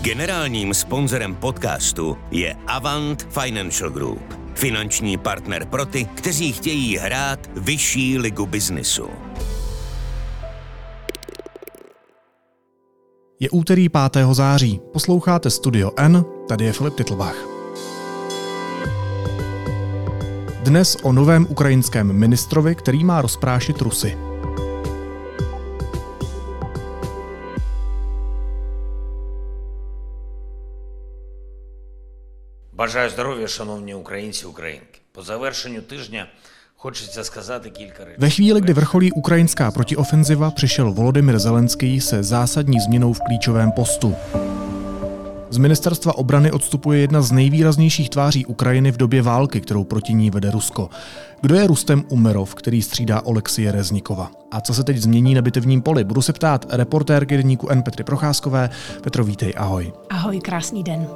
Generálním sponzorem podcastu je Avant Financial Group. Finanční partner pro ty, kteří chtějí hrát vyšší ligu biznisu. Je úterý 5. září. Posloucháte Studio N, tady je Filip Titlbach. Dnes o novém ukrajinském ministrovi, který má rozprášit Rusy. Бажаю здоров'я, шановні українці і українки. По завершенню тижня хочеться сказати кілька речей. Ve chvíli, kdy vrcholí ukrajinská protiofenziva, přišel Volodymyr Zelenský se zásadní změnou v klíčovém postu. Z ministerstva obrany odstupuje jedna z nejvýraznějších tváří Ukrajiny v době války, kterou proti ní vede Rusko. Kdo je Rustem Umerov, který střídá Oleksije Reznikova? A co se teď změní na bitevním poli? Budu se ptát reportérky deníku N Petry Procházkové. Petro, vítej, ahoj. Ahoj, krásný den.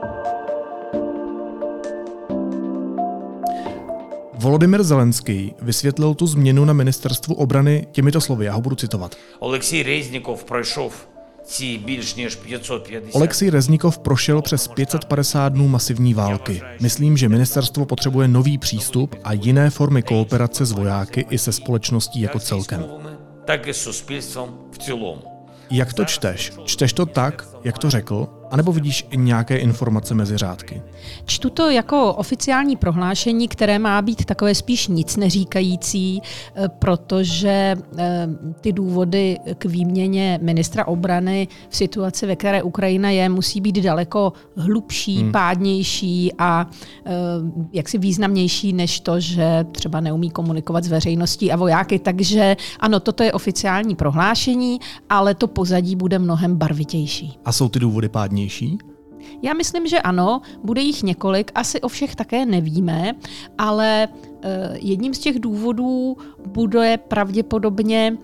Volodymyr Zelenský vysvětlil tu změnu na ministerstvu obrany těmito slovy, já ho budu citovat. Олексій Резніков пройшов ці більш ніж 550. Oleksij Reznikov prošel přes 550 dnů masivní války. Myslím, že ministerstvo potřebuje nový přístup a jiné formy kooperace s vojáky i se společností jako celkem. Так і з суспільством в цілому. Jak to čteš? Čteš to tak, jak to řekl? A nebo vidíš i nějaké informace mezi řádky? Čtu to jako oficiální prohlášení, které má být takové spíš nic neříkající, protože ty důvody k výměně ministra obrany v situaci, ve které Ukrajina je, musí být daleko hlubší, pádnější a jaksi významnější než to, že třeba neumí komunikovat s veřejností a vojáky. Takže ano, toto je oficiální prohlášení, ale to pozadí bude mnohem barvitější. A jsou ty důvody pádnější? Já myslím, že ano, bude jich několik, asi o všech také nevíme, ale jedním z těch důvodů bude pravděpodobně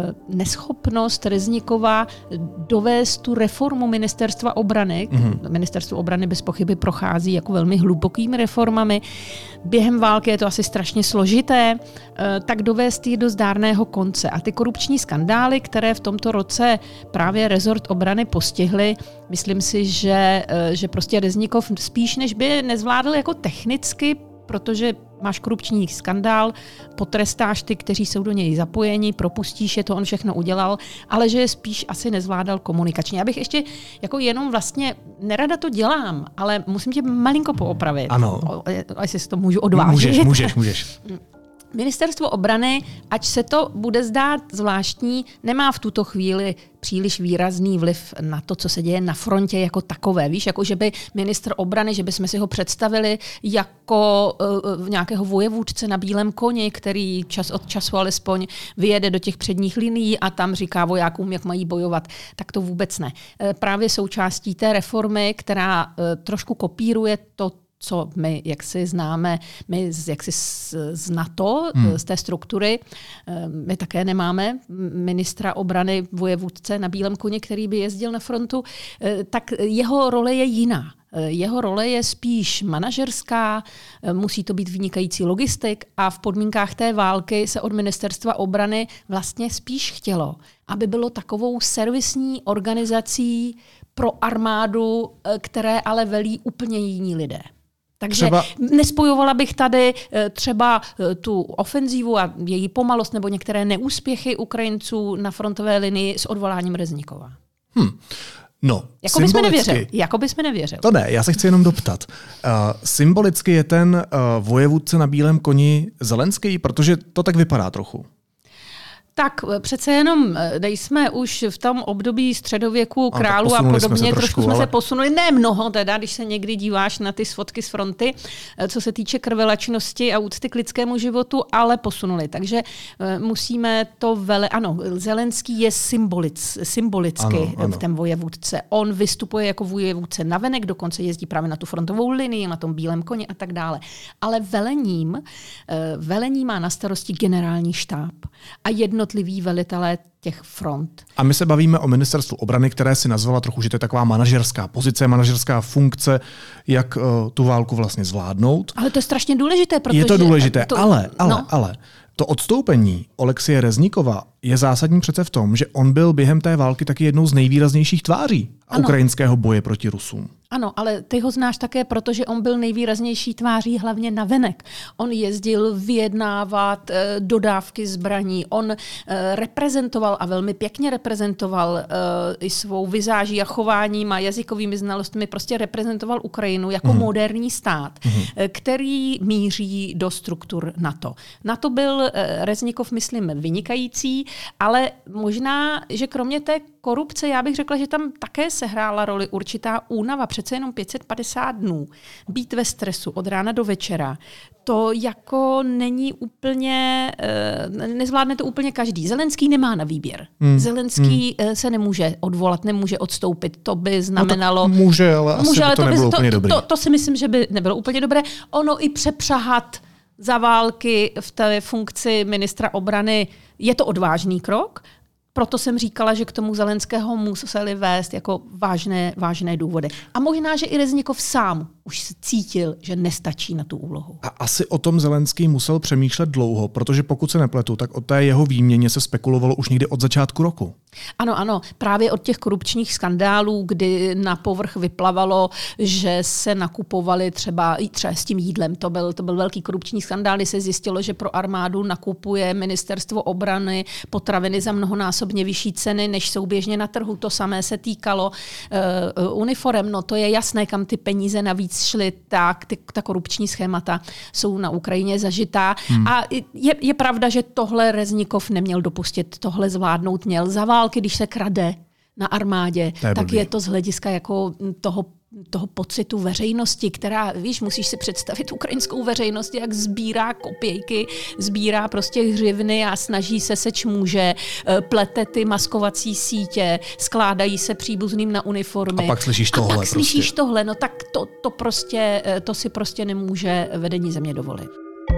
neschopnost Reznikova dovést tu reformu ministerstva obrany. Ministerstvo obrany bez pochyby prochází jako velmi hlubokými reformami. Během války je to asi strašně složité, tak dovést ji do zdárného konce. A ty korupční skandály, které v tomto roce právě rezort obrany postihly, myslím si, že prostě Reznikov spíš než by nezvládl jako technicky, protože máš korupční skandál, potrestáš ty, kteří jsou do něj zapojeni, propustíš je, to on všechno udělal, ale že je spíš asi nezvládal komunikačně. Já bych ještě jako jenom vlastně, nerada to dělám, ale musím tě malinko poopravit. Ano. Jestli si to můžu odvážit. Můžeš. Ministerstvo obrany, ať se to bude zdát zvláštní, nemá v tuto chvíli příliš výrazný vliv na to, co se děje na frontě jako takové. Víš, jako že by ministr obrany, že bychom si ho představili jako nějakého vojevůdce na bílém koni, který čas od času alespoň vyjede do těch předních linií a tam říká vojákům, jak mají bojovat. Tak to vůbec ne. Právě součástí té reformy, která trošku kopíruje to, co my jaksi známe, my jaksi z NATO, z té struktury. My také nemáme ministra obrany vojevůdce na bílém koni, který by jezdil na frontu, tak jeho role je jiná. Jeho role je spíš manažerská, musí to být vynikající logistik a v podmínkách té války se od ministerstva obrany vlastně spíš chtělo, aby bylo takovou servisní organizací pro armádu, které ale velí úplně jiní lidé. Takže nespojovala bych tady třeba tu ofenzívu a její pomalost nebo některé neúspěchy Ukrajinců na frontové linii s odvoláním Reznikova. No, Jako bys mi nevěřil. To ne, já se chci jenom doptat. Symbolicky je ten vojevůdce na bílém koni Zelenský, protože to tak vypadá trochu. Tak přece jenom nejsme už v tom období středověku, králů a podobně. Trošku jsme se posunuli, ne mnoho teda, když se někdy díváš na ty svodky z fronty, co se týče krvelačnosti a úcty k lidskému životu, ale posunuli. Takže musíme to ano, Zelenský je symbolicky v tom vojevůdce. On vystupuje jako vojevůdce navenek, dokonce jezdí právě na tu frontovou linii, na tom bílém koni a tak dále. Ale velení má na starosti generální štáb a jednotliví velitelé těch front. A my se bavíme o ministerstvu obrany, které si nazvala trochu, že to je taková manažerská pozice, manažerská funkce, jak tu válku vlastně zvládnout. Ale to je strašně důležité, protože... Je to důležité, ale To odstoupení Oleksije Reznikova je zásadní přece v tom, že on byl během té války taky jednou z nejvýraznějších tváří ukrajinského boje proti Rusům. Ano, ale ty ho znáš také, protože on byl nejvýraznější tváří hlavně navenek. On jezdil vyjednávat dodávky zbraní, on reprezentoval a velmi pěkně reprezentoval i svou vizáží a chováním a jazykovými znalostmi, prostě reprezentoval Ukrajinu jako moderní stát, který míří do struktur NATO. NATO byl Reznikov, myslím, vynikající, ale možná, že kromě té korupce, já bych řekla, že tam také sehrála roli určitá únava, přece jenom 550 dnů, být ve stresu od rána do večera, to jako není úplně, nezvládne to úplně každý. Zelenský nemá na výběr. Zelenský se nemůže odvolat, nemůže odstoupit. To by znamenalo... No může, ale asi to nebylo úplně dobré. To si myslím, že by nebylo úplně dobré. Ono i přepřahat za války v té funkci ministra obrany je to odvážný krok. Proto jsem říkala, že k tomu Zelenského museli vést jako vážné důvody. A možná, že i Reznikov sám už cítil, že nestačí na tu úlohu. A asi o tom Zelenský musel přemýšlet dlouho, protože pokud se nepletu, tak o té jeho výměně se spekulovalo už někdy od začátku roku. Ano, právě od těch korupčních skandálů, kdy na povrch vyplavalo, že se nakupovali třeba s tím jídlem. To byl velký korupční skandál, kdy se zjistilo, že pro armádu nakupuje ministerstvo obrany potraviny za mnohonásobně vyšší ceny, než jsou běžně na trhu. To samé se týkalo uniforem. No to je jasné, kam ty peníze navíc šly, tak ta korupční schémata jsou na Ukrajině zažitá. A je pravda, že tohle Reznikov neměl dopustit, tohle zvládnout měl. Za války, když se krade na armádě, tak je to z hlediska jako toho pocitu veřejnosti, která, víš, musíš si představit ukrajinskou veřejnost, jak sbírá kopějky, sbírá prostě hřivny a snaží se seč může, plete ty maskovací sítě, skládají se příbuzným na uniformy. A pak slyšíš tohle. A pak slyšíš tohle, no tak to si prostě nemůže vedení země dovolit.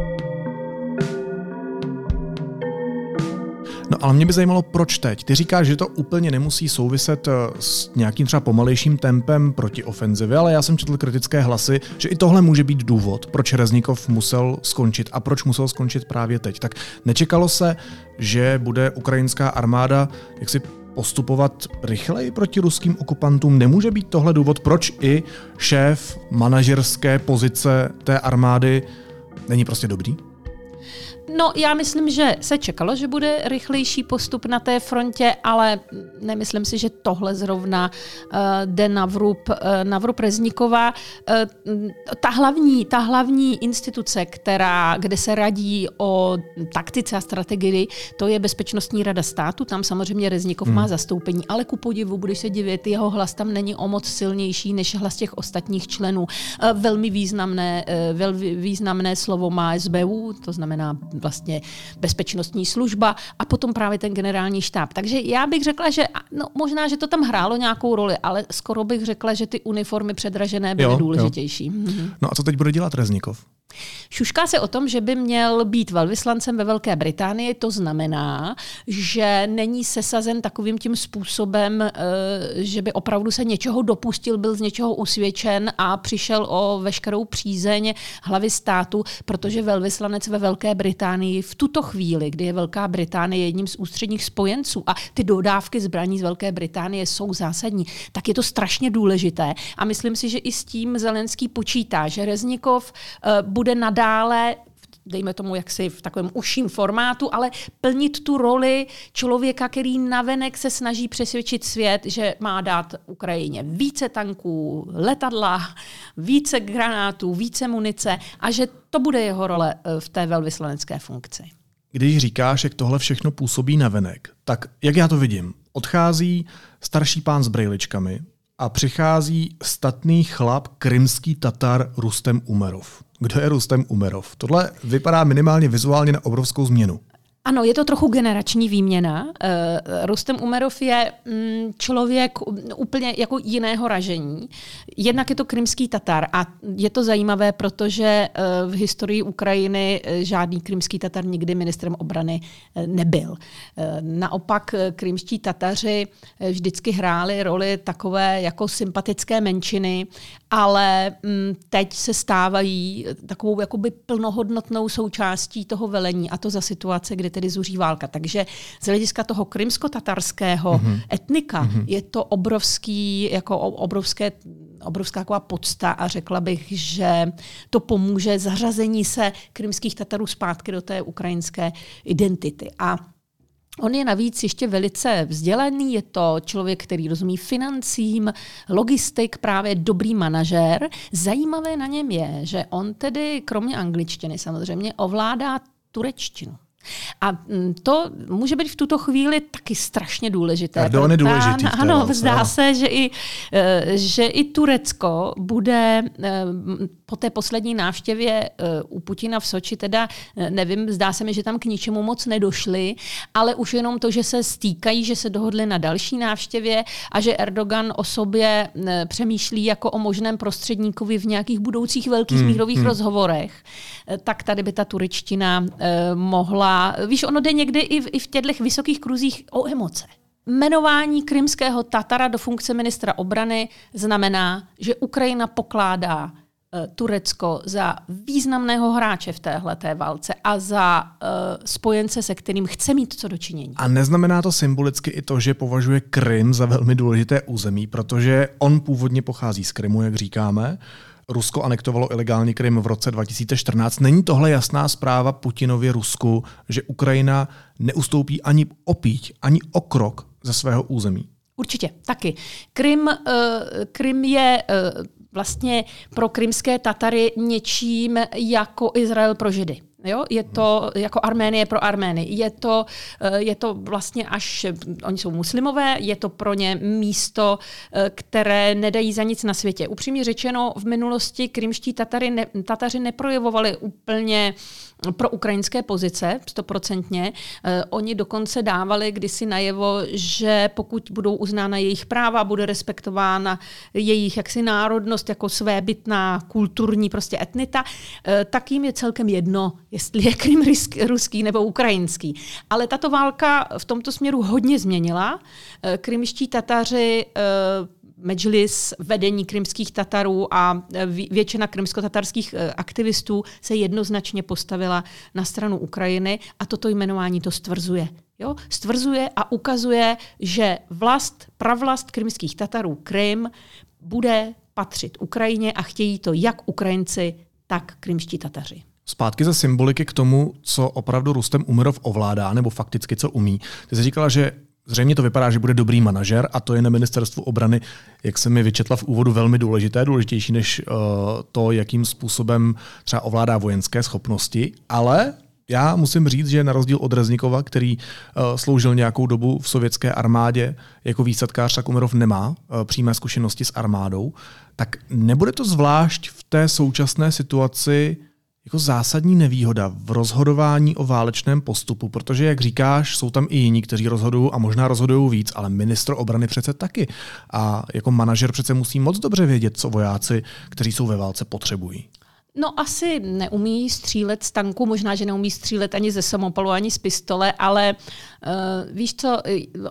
No ale mě by zajímalo, proč teď? Ty říkáš, že to úplně nemusí souviset s nějakým třeba pomalejším tempem proti ofenzivě, ale já jsem četl kritické hlasy, že i tohle může být důvod, proč Reznikov musel skončit a proč musel skončit právě teď. Tak nečekalo se, že bude ukrajinská armáda jaksi postupovat rychleji proti ruským okupantům? Nemůže být tohle důvod, proč i šéf manažerské pozice té armády není prostě dobrý? No, já myslím, že se čekalo, že bude rychlejší postup na té frontě, ale nemyslím si, že tohle zrovna jde na vrub Reznikova. Ta hlavní instituce, kde se radí o taktice a strategii, to je Bezpečnostní rada státu. Tam samozřejmě Reznikov má zastoupení, ale ku podivu, budeš se divit, jeho hlas tam není o moc silnější než hlas těch ostatních členů. Velmi významné slovo má SBU, to znamená vlastně bezpečnostní služba a potom právě ten generální štáb. Takže já bych řekla, že možná, že to tam hrálo nějakou roli, ale skoro bych řekla, že ty uniformy předražené byly důležitější. Jo. No a co teď bude dělat Reznikov? Šušká se o tom, že by měl být velvyslancem ve Velké Británii, to znamená, že není sesazen takovým tím způsobem, že by opravdu se něčeho dopustil, byl z něčeho usvědčen a přišel o veškerou přízeň hlavy státu, protože velvyslanec ve Velké Británii v tuto chvíli, kdy je Velká Británie jedním z ústředních spojenců a ty dodávky zbraní z Velké Británie jsou zásadní, tak je to strašně důležité a myslím si, že i s tím Zelenský počítá, že Reznikov bude nadále, dejme tomu jaksi v takovém užším formátu, ale plnit tu roli člověka, který navenek se snaží přesvědčit svět, že má dát Ukrajině více tanků, letadla, více granátů, více munice a že to bude jeho role v té velvyslanecké funkci. Když říkáš, jak tohle všechno působí navenek, tak jak já to vidím? Odchází starší pán s brejličkami a přichází statný chlap, krymský Tatar Rustem Umerov. Kdo je Rustem Umerov? Tohle vypadá minimálně vizuálně na obrovskou změnu. Ano, je to trochu generační výměna. Rustem Umerov je člověk úplně jako jiného ražení. Jednak je to krymský Tatar a je to zajímavé, protože v historii Ukrajiny žádný krymský Tatar nikdy ministrem obrany nebyl. Naopak krymští Tataři vždycky hráli roli takové jako sympatické menšiny ale teď se stávají takovou jakoby plnohodnotnou součástí toho velení a to za situace, kdy tedy zuří válka. Takže z hlediska toho krymsko-tatarského etnika je to obrovská taková podsta a řekla bych, že to pomůže zařazení se krymských Tatarů zpátky do té ukrajinské identity. A on je navíc ještě velice vzdělaný, je to člověk, který rozumí financím, logistik, právě dobrý manažér. Zajímavé na něm je, že on tedy kromě angličtiny samozřejmě ovládá turečtinu. A to může být v tuto chvíli taky strašně důležité. Erdogan je důležitý. Ano, zdá se, že i Turecko bude po té poslední návštěvě u Putina v Soči, teda nevím, zdá se mi, že tam k ničemu moc nedošli, ale už jenom to, že se stýkají, že se dohodli na další návštěvě a že Erdogan o sobě přemýšlí jako o možném prostředníkovi v nějakých budoucích velkých mírových rozhovorech, tak tady by ta turečtina mohla. Víš, ono jde někdy i v těchto vysokých kruzích o emoce. Jmenování krymského Tatara do funkce ministra obrany znamená, že Ukrajina pokládá Turecko za významného hráče v téhleté válce a za spojence, se kterým chce mít co dočinění. A neznamená to symbolicky i to, že považuje Krym za velmi důležité území, protože on původně pochází z Krymu, jak říkáme. Rusko anektovalo ilegálně Krym v roce 2014. Není tohle jasná zpráva Putinově Rusku, že Ukrajina neustoupí ani o píď, ani o krok ze svého území? Určitě, taky. Krym je vlastně pro krymské Tatary něčím jako Izrael pro Židy. Jo? Je to jako Arménie pro Armény. Je to vlastně až, oni jsou muslimové, je to pro ně místo, které nedají za nic na světě. Upřímně řečeno, v minulosti krymští Tataři neprojevovali úplně pro ukrajinské pozice, 100%. Oni dokonce dávali kdysi najevo, že pokud budou uznána jejich práva, bude respektována jejich jaksi národnost jako svébytná kulturní prostě etnita, tak jim je celkem jedno, jestli je Krym ruský nebo ukrajinský. Ale tato válka v tomto směru hodně změnila. Krymští Tataři, Medžlis, vedení krymských Tatarů a většina krymsko-tatarských aktivistů se jednoznačně postavila na stranu Ukrajiny a toto jmenování to stvrzuje. Jo? Stvrzuje a ukazuje, že pravlast krymských Tatarů Krym bude patřit Ukrajině a chtějí to jak Ukrajinci, tak krymští Tataři. Zpátky ze symboliky k tomu, co opravdu Rustem Umerov ovládá, nebo fakticky co umí. Ty jsi říkala, že zřejmě to vypadá, že bude dobrý manažer a to je na ministerstvu obrany, jak se mi vyčetla v úvodu, velmi důležitější než to, jakým způsobem třeba ovládá vojenské schopnosti, ale já musím říct, že na rozdíl od Reznikova, který sloužil nějakou dobu v sovětské armádě jako výsadkář, tak Umerov nemá přímé zkušenosti s armádou, tak nebude to zvlášť v té současné situaci jako zásadní nevýhoda v rozhodování o válečném postupu, protože, jak říkáš, jsou tam i jiní, kteří rozhodují a možná rozhodují víc, ale ministr obrany přece taky. A jako manažer přece musí moc dobře vědět, co vojáci, kteří jsou ve válce, potřebují. No asi neumí střílet z tanku, možná, že neumí střílet ani ze samopalu, ani z pistole, ale víš co,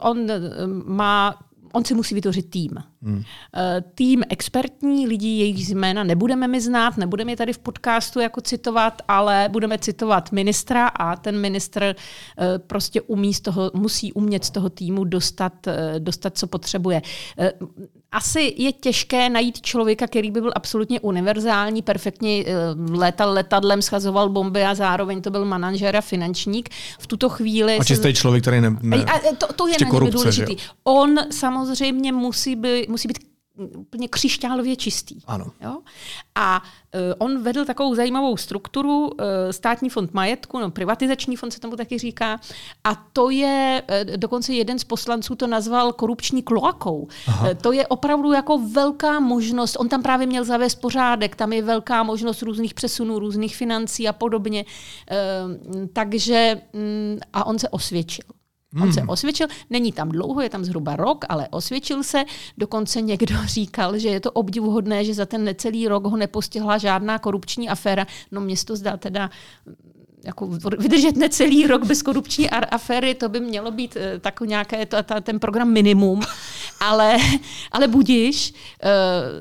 on si musí vytvořit tým. Tým expertní lidí, jejich jména nebudeme my znát, nebudeme je tady v podcastu jako citovat, ale budeme citovat ministra a ten ministr prostě musí umět z toho týmu dostat, co potřebuje. Asi je těžké najít člověka, který by byl absolutně univerzální, perfektně létal letadlem, schazoval bomby a zároveň to byl manažer a finančník. V tuto chvíli... A čistý člověk, který to je na něm důležitý. On samozřejmě musí být úplně křišťálově čistý. Ano. Jo? A on vedl takovou zajímavou strukturu, státní fond majetku, privatizační fond se tomu taky říká, a to je, dokonce jeden z poslanců to nazval korupční kloakou. To je opravdu jako velká možnost, on tam právě měl zavést pořádek, tam je velká možnost různých přesunů, různých financí a podobně. Takže, a on se osvědčil. On se osvědčil, není tam dlouho, je tam zhruba rok, ale osvědčil se. Dokonce někdo říkal, že je to obdivuhodné, že za ten necelý rok ho nepostihla žádná korupční aféra. No mně se to zdá teda jako vydržet necelý rok bez korupční aféry, to by mělo být tak nějaké ten program minimum, ale budiš.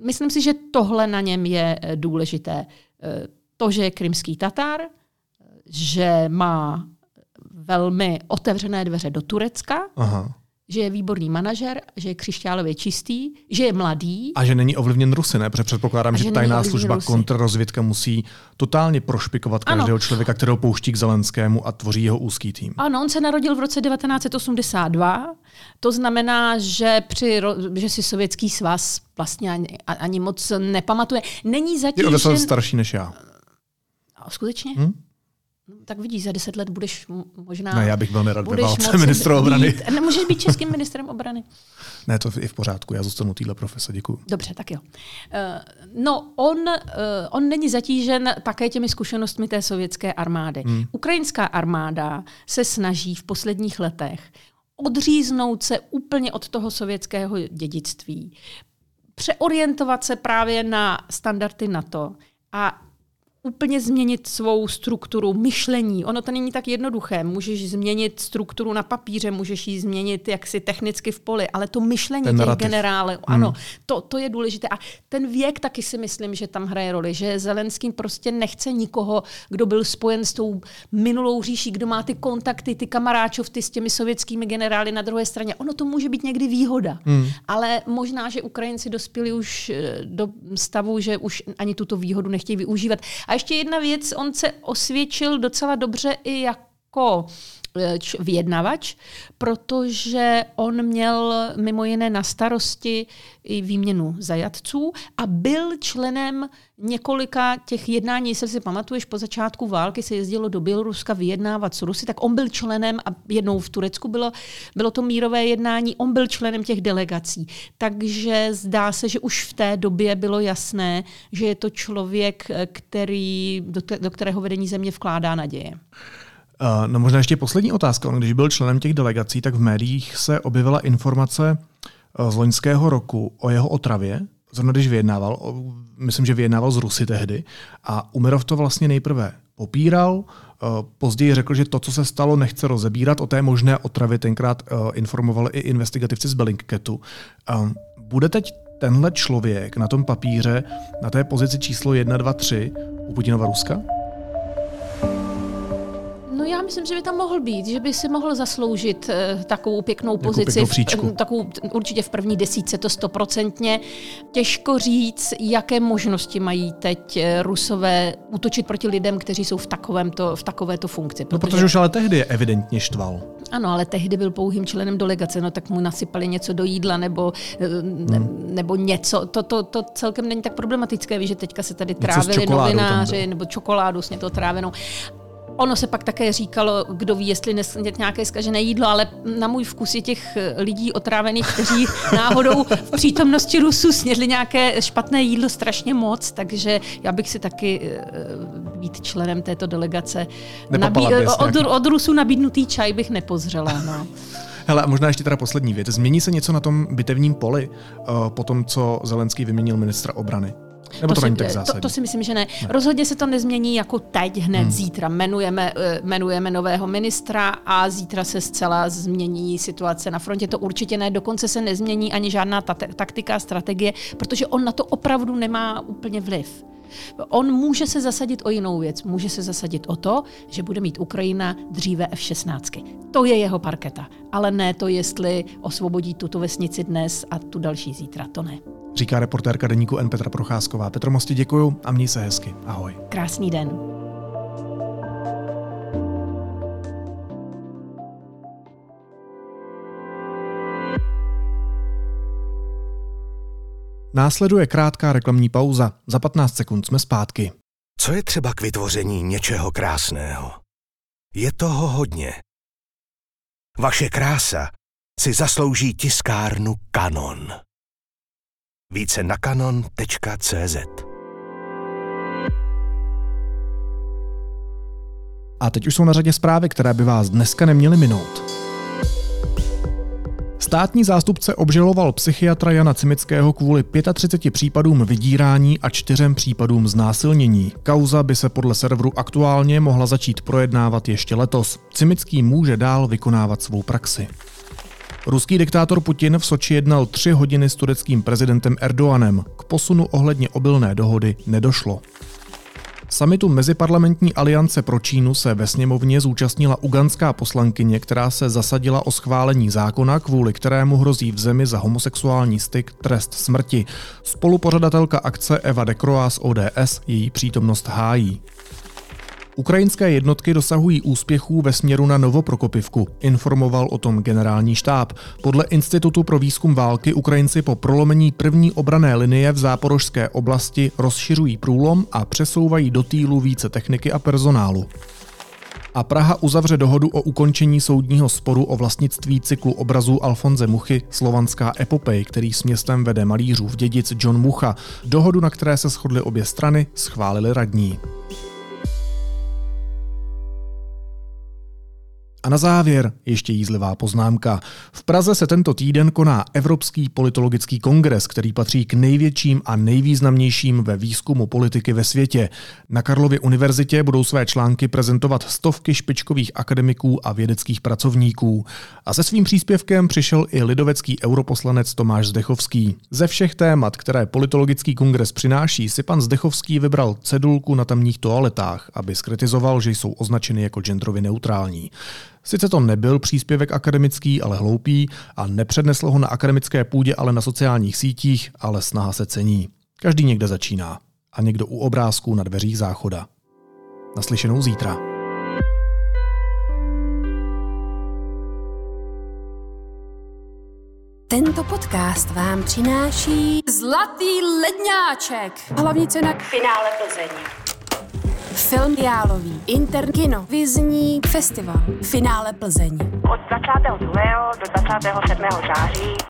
myslím si, že tohle na něm je důležité. To, že je krymský Tatar, že má velmi otevřené dveře do Turecka, že je výborný manažer, že je křišťálově čistý, že je mladý. A že není ovlivněn Rusy, ne? Protože předpokládám, že tajná služba kontrarozvědka musí totálně prošpikovat každého člověka, kterého pouští k Zelenskému a tvoří jeho úzký tým. Ano, on se narodil v roce 1982. To znamená, že si Sovětský svaz vlastně ani moc nepamatuje. Není zatížen... Je starší než já. Skutečně? Tak vidíš, za 10 let budeš možná... Ne, já bych velmi rád ve válce ministra obrany. Nemůžeš být českým ministrem obrany. Ne, to je v pořádku, já zůstanu téhle profese, děkuju. Dobře, tak jo. On není zatížen také těmi zkušenostmi té sovětské armády. Ukrajinská armáda se snaží v posledních letech odříznout se úplně od toho sovětského dědictví, přeorientovat se právě na standardy NATO a úplně změnit svou strukturu myšlení. Ono to není tak jednoduché. Můžeš změnit strukturu na papíře, můžeš ji změnit jaksi technicky v poli, ale to myšlení těch generálů, ano, to je důležité. A ten věk taky si myslím, že tam hraje roli, že Zelenský prostě nechce nikoho, kdo byl spojen s tou minulou říší, kdo má ty kontakty, ty kamaráčovty s těmi sovětskými generály na druhé straně. Ono to může být někdy výhoda, ale možná, že Ukrajinci dospěli už do stavu, že už ani tuto výhodu nechtějí využívat. A ještě jedna věc, on se osvědčil docela dobře i jako vyjednavač, protože on měl mimo jiné na starosti i výměnu zajatců a byl členem několika těch jednání, jestli si pamatuješ, po začátku války se jezdilo do Běloruska vyjednávat s Rusy, tak on byl členem a jednou v Turecku bylo to mírové jednání, on byl členem těch delegací. Takže zdá se, že už v té době bylo jasné, že je to člověk, do kterého vedení země vkládá naděje. No možná ještě poslední otázka. On, když byl členem těch delegací, tak v médiích se objevila informace z loňského roku o jeho otravě. Zrovna když vyjednával, myslím, že vyjednával z Rusy tehdy. A Umerov to vlastně nejprve popíral, později řekl, že to, co se stalo, nechce rozebírat. O té možné otravě tenkrát informovali i investigativci z Bellingcatu. Bude teď tenhle člověk na tom papíře na té pozici číslo 1, 2, 3 u Putinova Ruska? No já myslím, že by tam mohl být, že by si mohl zasloužit takovou pěknou pozici, takovou určitě v první desítce, to 100%. Těžko říct, jaké možnosti mají teď Rusové útočit proti lidem, kteří jsou v takovéto funkci. Protože už ale tehdy je evidentně štval. Ano, ale tehdy byl pouhým členem delegace, no tak mu nasypali něco do jídla nebo něco. To celkem není tak problematické, víš, že teďka se tady trávili novináři nebo čokoládu s něto trávenou. Ono se pak také říkalo, kdo ví, jestli nesnět nějaké zkažené jídlo, ale na můj vkus je těch lidí otrávených, kteří náhodou v přítomnosti Rusů snědli nějaké špatné jídlo strašně moc, takže já bych si taky být členem této delegace. Od Rusů nabídnutý čaj bych nepozřela. No. Hele, a možná ještě teda poslední věc. Změní se něco na tom bitevním poli po tom, co Zelenský vyměnil ministra obrany? Nebo to není tak zásadní? To si myslím, že ne. Rozhodně se to nezmění jako teď, hned zítra. Jmenujeme nového ministra a zítra se zcela změní situace na frontě. To určitě ne. Dokonce se nezmění ani žádná taktika, strategie, protože on na to opravdu nemá úplně vliv. On může se zasadit o jinou věc. Může se zasadit o to, že bude mít Ukrajina dříve F-16. To je jeho parketa. Ale ne to, jestli osvobodí tuto vesnici dnes a tu další zítra. To ne. Říká reportérka deníku N Petra Procházková. Petro, moc ti děkuju a měj se hezky. Ahoj. Krásný den. Následuje krátká reklamní pauza. Za 15 sekund jsme zpátky. Co je třeba k vytvoření něčeho krásného? Je toho hodně. Vaše krása si zaslouží tiskárnu Canon. Více na canon.cz. A teď už jsou na řadě zprávy, které by vás dneska neměly minout. Státní zástupce obžaloval psychiatra Jana Cimického kvůli 35 případům vydírání a 4 případům znásilnění. Kauza by se podle serveru Aktuálně mohla začít projednávat ještě letos. Cimický může dál vykonávat svou praxi. Ruský diktátor Putin v Soči jednal 3 hodiny s tureckým prezidentem Erdoganem. K posunu ohledně obilné dohody nedošlo. Summitu Meziparlamentní aliance pro Čínu se ve sněmovně zúčastnila ugandská poslankyně, která se zasadila o schválení zákona, kvůli kterému hrozí v zemi za homosexuální styk trest smrti. Spolupořadatelka akce Eva Dekroa z ODS její přítomnost hájí. Ukrajinské jednotky dosahují úspěchů ve směru na Novoprokopivku, informoval o tom generální štáb. Podle Institutu pro výzkum války Ukrajinci po prolomení první obranné linie v záporožské oblasti rozšiřují průlom a přesouvají do týlu více techniky a personálu. A Praha uzavře dohodu o ukončení soudního sporu o vlastnictví cyklu obrazů Alfonse Muchy Slovanská epopej, který s městem vede malířův dědic John Mucha. Dohodu, na které se shodly obě strany, schválili radní. A na závěr ještě jízlivá poznámka. V Praze se tento týden koná Evropský politologický kongres, který patří k největším a nejvýznamnějším ve výzkumu politiky ve světě. Na Karlově univerzitě budou své články prezentovat stovky špičkových akademiků a vědeckých pracovníků. A se svým příspěvkem přišel i lidovecký europoslanec Tomáš Zdechovský. Ze všech témat, které politologický kongres přináší, si pan Zdechovský vybral cedulku na tamních toaletách, aby zkritizoval, že jsou označeny jako genderově neutrální. Sice to nebyl příspěvek akademický, ale hloupý a nepřednesl ho na akademické půdě, ale na sociálních sítích, ale snaha se cení. Každý někde začíná. A někdo u obrázků na dveřích záchoda. Naslyšenou zítra. Tento podcast vám přináší Zlatý ledňáček. Hlavní cena Finále Plzeň. Film diálový, Interkino, Vizní festival, Finále Plzeň. Od 22. do 27. září